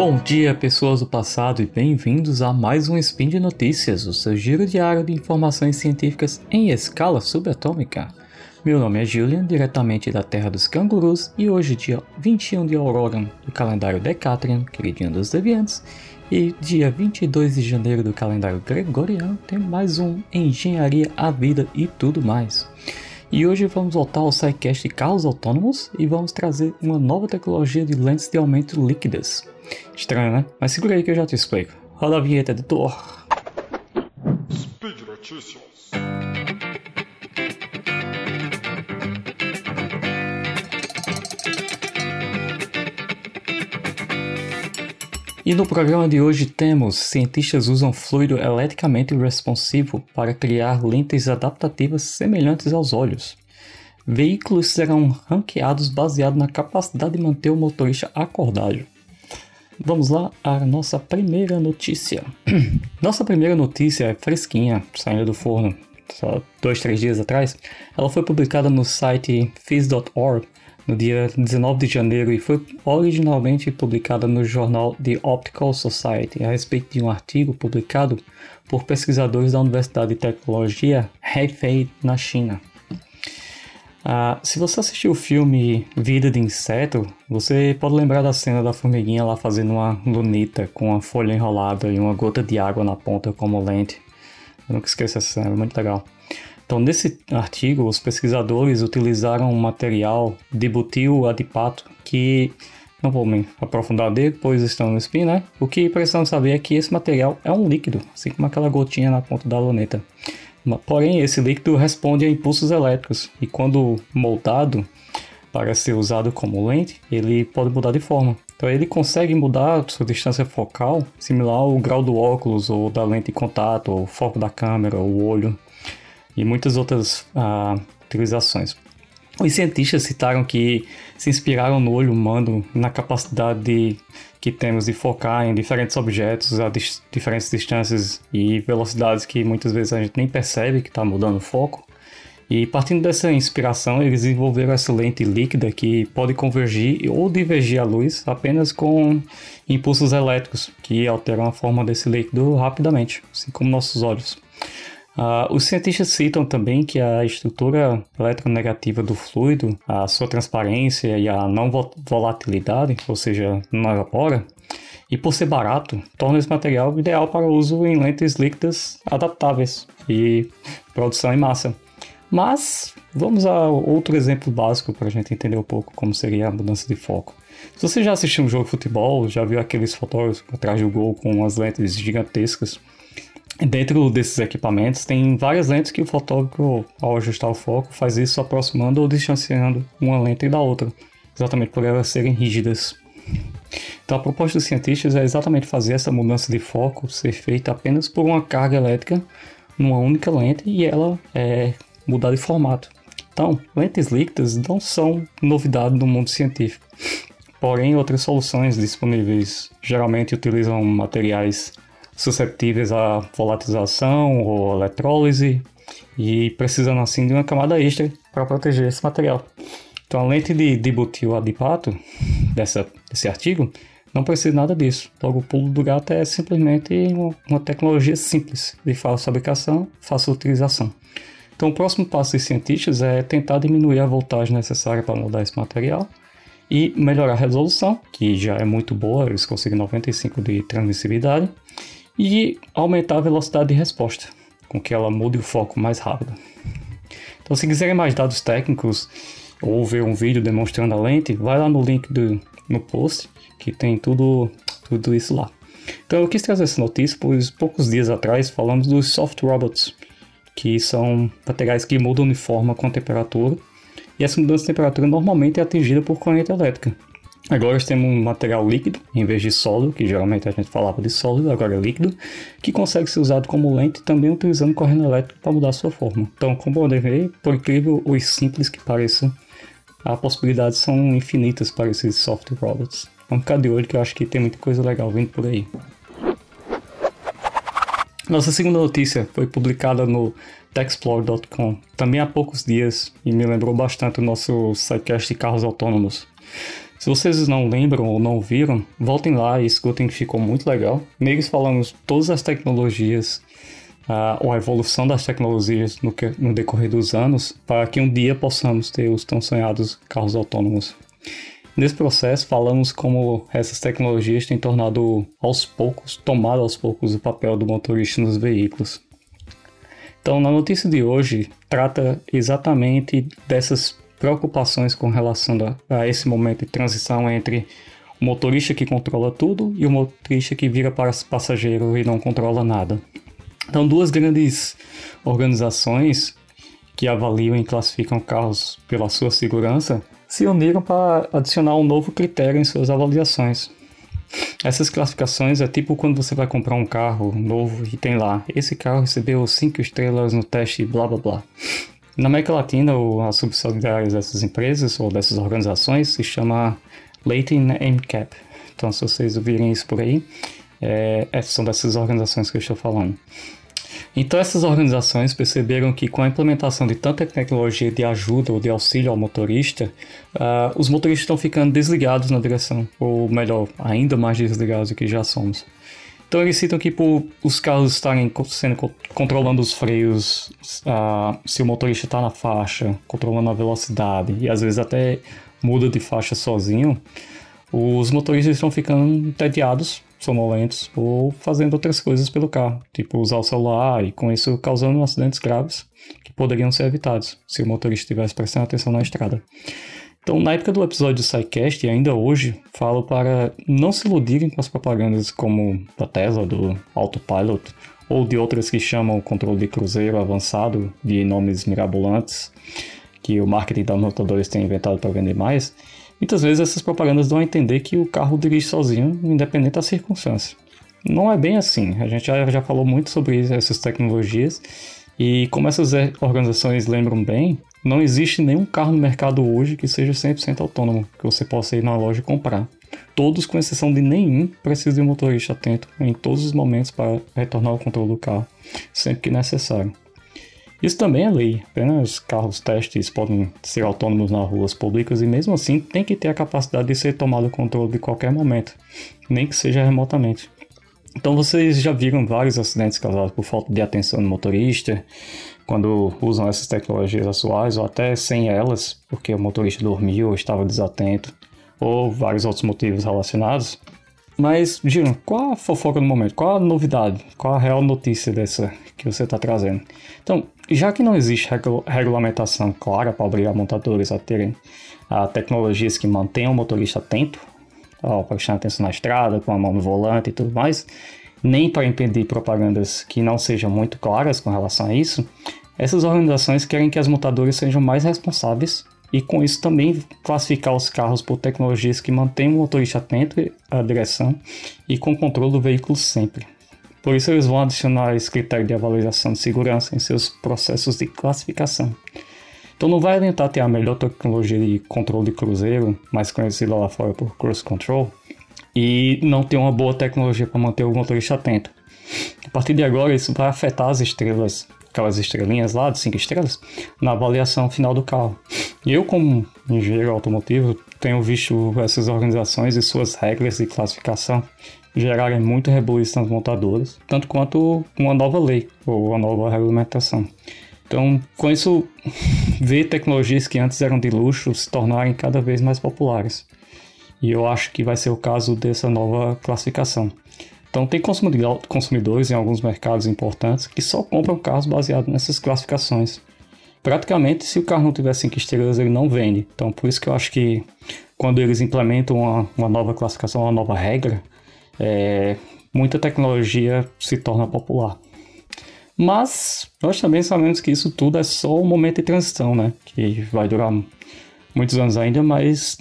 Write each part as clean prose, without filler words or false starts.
Bom dia, pessoas do passado, e bem-vindos a mais um Spin de Notícias, o seu giro diário de informações científicas em escala subatômica. Meu nome é Julian, diretamente da Terra dos Cangurus, e hoje, dia 21 de Aurora do calendário Decatrian, queridinho dos deviantes, e dia 22 de janeiro do calendário Gregoriano, tem mais um Engenharia, a Vida e tudo mais. E hoje vamos voltar ao SciCast de carros autônomos e vamos trazer uma nova tecnologia de lentes de aumento líquidas. Estranho, né? Mas segura aí que eu já te explico. Roda a vinheta, editor. Speed Notícias. E no programa de hoje temos: cientistas usam fluido eletricamente responsivo para criar lentes adaptativas semelhantes aos olhos. Veículos serão ranqueados baseado na capacidade de manter o motorista acordado. Vamos lá à nossa primeira notícia. Nossa primeira notícia é fresquinha, saindo do forno, só 2-3 dias atrás. Ela foi publicada no site phys.org no dia 19 de janeiro e foi originalmente publicada no jornal The Optical Society a respeito de um artigo publicado por pesquisadores da Universidade de Tecnologia Hefei na China. Se você assistiu o filme Vida de Inseto, você pode lembrar da cena da formiguinha lá fazendo uma luneta com uma folha enrolada e uma gota de água na ponta como lente. Eu nunca esqueço essa cena, é muito legal. Então, nesse artigo, os pesquisadores utilizaram um material de butil adipato que não vou me aprofundar dele, pois estão no spin, né? O que precisamos saber é que esse material é um líquido, assim como aquela gotinha na ponta da luneta. Porém, esse líquido responde a impulsos elétricos e quando moldado para ser usado como lente, ele pode mudar de forma. Então ele consegue mudar sua distância focal, similar ao grau do óculos ou da lente de contato, ou o foco da câmera, o olho e muitas outras utilizações. Os cientistas citaram que se inspiraram no olho humano na capacidade que temos de focar em diferentes objetos a diferentes distâncias e velocidades que muitas vezes a gente nem percebe que está mudando o foco. E partindo dessa inspiração, eles desenvolveram essa lente líquida que pode convergir ou divergir a luz apenas com impulsos elétricos que alteram a forma desse líquido rapidamente, assim como nossos olhos. Os cientistas citam também que a estrutura eletronegativa do fluido, a sua transparência e a não volatilidade, ou seja, não evapora, e por ser barato, torna esse material ideal para uso em lentes líquidas adaptáveis e produção em massa. Mas vamos a outro exemplo básico para a gente entender um pouco como seria a mudança de foco. Se você já assistiu um jogo de futebol, já viu aqueles fotógrafos atrás do gol com as lentes gigantescas, dentro desses equipamentos tem várias lentes que o fotógrafo, ao ajustar o foco, faz isso aproximando ou distanciando uma lente da outra, exatamente por elas serem rígidas. Então a proposta dos cientistas é exatamente fazer essa mudança de foco ser feita apenas por uma carga elétrica numa única lente e ela mudar de formato. Então, lentes líquidas não são novidade no mundo científico, porém outras soluções disponíveis geralmente utilizam materiais susceptíveis à volatilização ou eletrólise e precisam assim de uma camada extra para proteger esse material. Então a lente de butil adipato desse artigo não precisa de nada disso. Logo, o pulo do gato é simplesmente uma tecnologia simples de fácil fabricação, fácil utilização. Então o próximo passo dos cientistas é tentar diminuir a voltagem necessária para moldar esse material e melhorar a resolução, que já é muito boa, eles conseguem 95 de transmissibilidade, e aumentar a velocidade de resposta, com que ela mude o foco mais rápido. Então, se quiserem mais dados técnicos ou ver um vídeo demonstrando a lente, vai lá no link no post, que tem tudo isso lá. Então, eu quis trazer essa notícia, pois poucos dias atrás falamos dos soft robots, que são materiais que mudam de forma com a temperatura, e essa mudança de temperatura normalmente é atingida por corrente elétrica. Agora nós temos um material líquido, em vez de sólido, que geralmente a gente falava de sólido, agora é líquido, que consegue ser usado como lente também utilizando corrente elétrica para mudar a sua forma. Então, como podem ver, por incrível ou simples que pareça, as possibilidades são infinitas para esses soft robots. Vamos ficar de olho que eu acho que tem muita coisa legal vindo por aí. Nossa segunda notícia foi publicada no techsplore.com também há poucos dias e me lembrou bastante o nosso SciCast de carros autônomos. Se vocês não lembram ou não viram, voltem lá e escutem que ficou muito legal. Neles falamos todas as tecnologias, ou a evolução das tecnologias no decorrer dos anos, para que um dia possamos ter os tão sonhados carros autônomos. Nesse processo, falamos como essas tecnologias têm tomado aos poucos o papel do motorista nos veículos. Então, na notícia de hoje, trata exatamente dessas preocupações com relação a esse momento de transição entre o motorista que controla tudo e o motorista que vira passageiro e não controla nada. Então, duas grandes organizações que avaliam e classificam carros pela sua segurança se uniram para adicionar um novo critério em suas avaliações. Essas classificações é tipo quando você vai comprar um carro novo e tem lá, esse carro recebeu 5 estrelas no teste blá blá blá. Na América Latina, as subsidiárias dessas empresas ou dessas organizações se chama Rating NCAP. Então, se vocês ouvirem isso por aí, são dessas organizações que eu estou falando. Então, essas organizações perceberam que com a implementação de tanta tecnologia de ajuda ou de auxílio ao motorista, os motoristas estão ficando desligados na direção, ou melhor, ainda mais desligados do que já somos. Então, eles citam que por os carros estarem controlando os freios, se o motorista está na faixa, controlando a velocidade e às vezes até muda de faixa sozinho, os motoristas estão ficando entediados, sonolentos ou fazendo outras coisas pelo carro, tipo usar o celular e com isso causando acidentes graves que poderiam ser evitados se o motorista estivesse prestando atenção na estrada. Então, na época do episódio do SciCast e ainda hoje, falo para não se iludirem com as propagandas como da Tesla, do Autopilot, ou de outras que chamam o controle de cruzeiro avançado de nomes mirabolantes que o marketing da montadores tem inventado para vender mais. Muitas vezes essas propagandas dão a entender que o carro dirige sozinho, independente da circunstância. Não é bem assim, a gente já falou muito sobre essas tecnologias e como essas organizações lembram bem, não existe nenhum carro no mercado hoje que seja 100% autônomo, que você possa ir na loja e comprar. Todos, com exceção de nenhum, precisam de um motorista atento em todos os momentos para retornar ao controle do carro, sempre que necessário. Isso também é lei, apenas carros testes podem ser autônomos nas ruas públicas e mesmo assim tem que ter a capacidade de ser tomado o controle de qualquer momento, nem que seja remotamente. Então vocês já viram vários acidentes causados por falta de atenção do motorista, quando usam essas tecnologias atuais ou até sem elas, porque o motorista dormiu ou estava desatento, ou vários outros motivos relacionados. Mas, Gino, qual a fofoca do momento? Qual a novidade? Qual a real notícia dessa que você está trazendo? Então, já que não existe regulamentação clara para obrigar montadores a terem tecnologias que mantenham o motorista atento, para prestar atenção na estrada, com a mão no volante e tudo mais, nem para impedir propagandas que não sejam muito claras com relação a isso, essas organizações querem que as montadoras sejam mais responsáveis e com isso também classificar os carros por tecnologias que mantenham o motorista atento à direção e com controle do veículo sempre. Por isso eles vão adicionar esse critério de avaliação de segurança em seus processos de classificação. Então não vai adiantar ter a melhor tecnologia de controle de cruzeiro, mais conhecida lá fora por Cruise Control, e não ter uma boa tecnologia para manter o motorista atento. A partir de agora isso vai afetar as estrelas, aquelas estrelinhas lá de 5 estrelas, na avaliação final do carro. E eu, como engenheiro automotivo, tenho visto essas organizações e suas regras de classificação gerarem muito rebuliço nas montadoras, tanto quanto uma nova lei ou uma nova regulamentação. Então, com isso, ver tecnologias que antes eram de luxo se tornarem cada vez mais populares. E eu acho que vai ser o caso dessa nova classificação. Então, tem consumidores em alguns mercados importantes que só compram carros baseados nessas classificações. Praticamente, se o carro não tiver 5 estrelas, ele não vende. Então, por isso que eu acho que quando eles implementam uma nova classificação, uma nova regra, muita tecnologia se torna popular. Mas nós também sabemos que isso tudo é só um momento de transição, né? Que vai durar muitos anos ainda, mas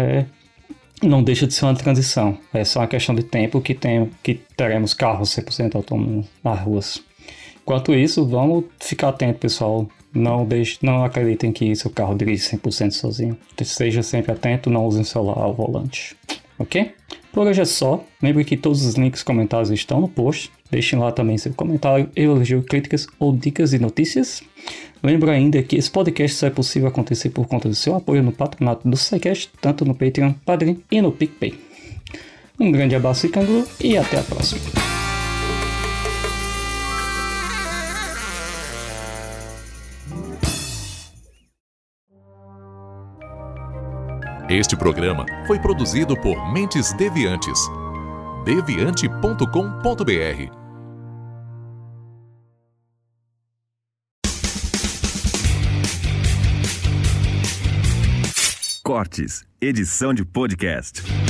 não deixa de ser uma transição. É só uma questão de tempo que teremos carros 100% autônomos nas ruas. Enquanto isso, vamos ficar atento, pessoal. Não acreditem que seu carro dirige 100% sozinho. Esteja sempre atento, não use o celular ao volante. Ok? Por hoje é só. Lembre que todos os links comentados estão no post. Deixem lá também seu comentário, elogio, críticas ou dicas e notícias. Lembro ainda que esse podcast só é possível acontecer por conta do seu apoio no patronato do SciCast, tanto no Patreon, Padrim e no PicPay. Um grande abraço e canguru e até a próxima. Este programa foi produzido por Mentes Deviantes. deviante.com.br. Cortes, edição de podcast.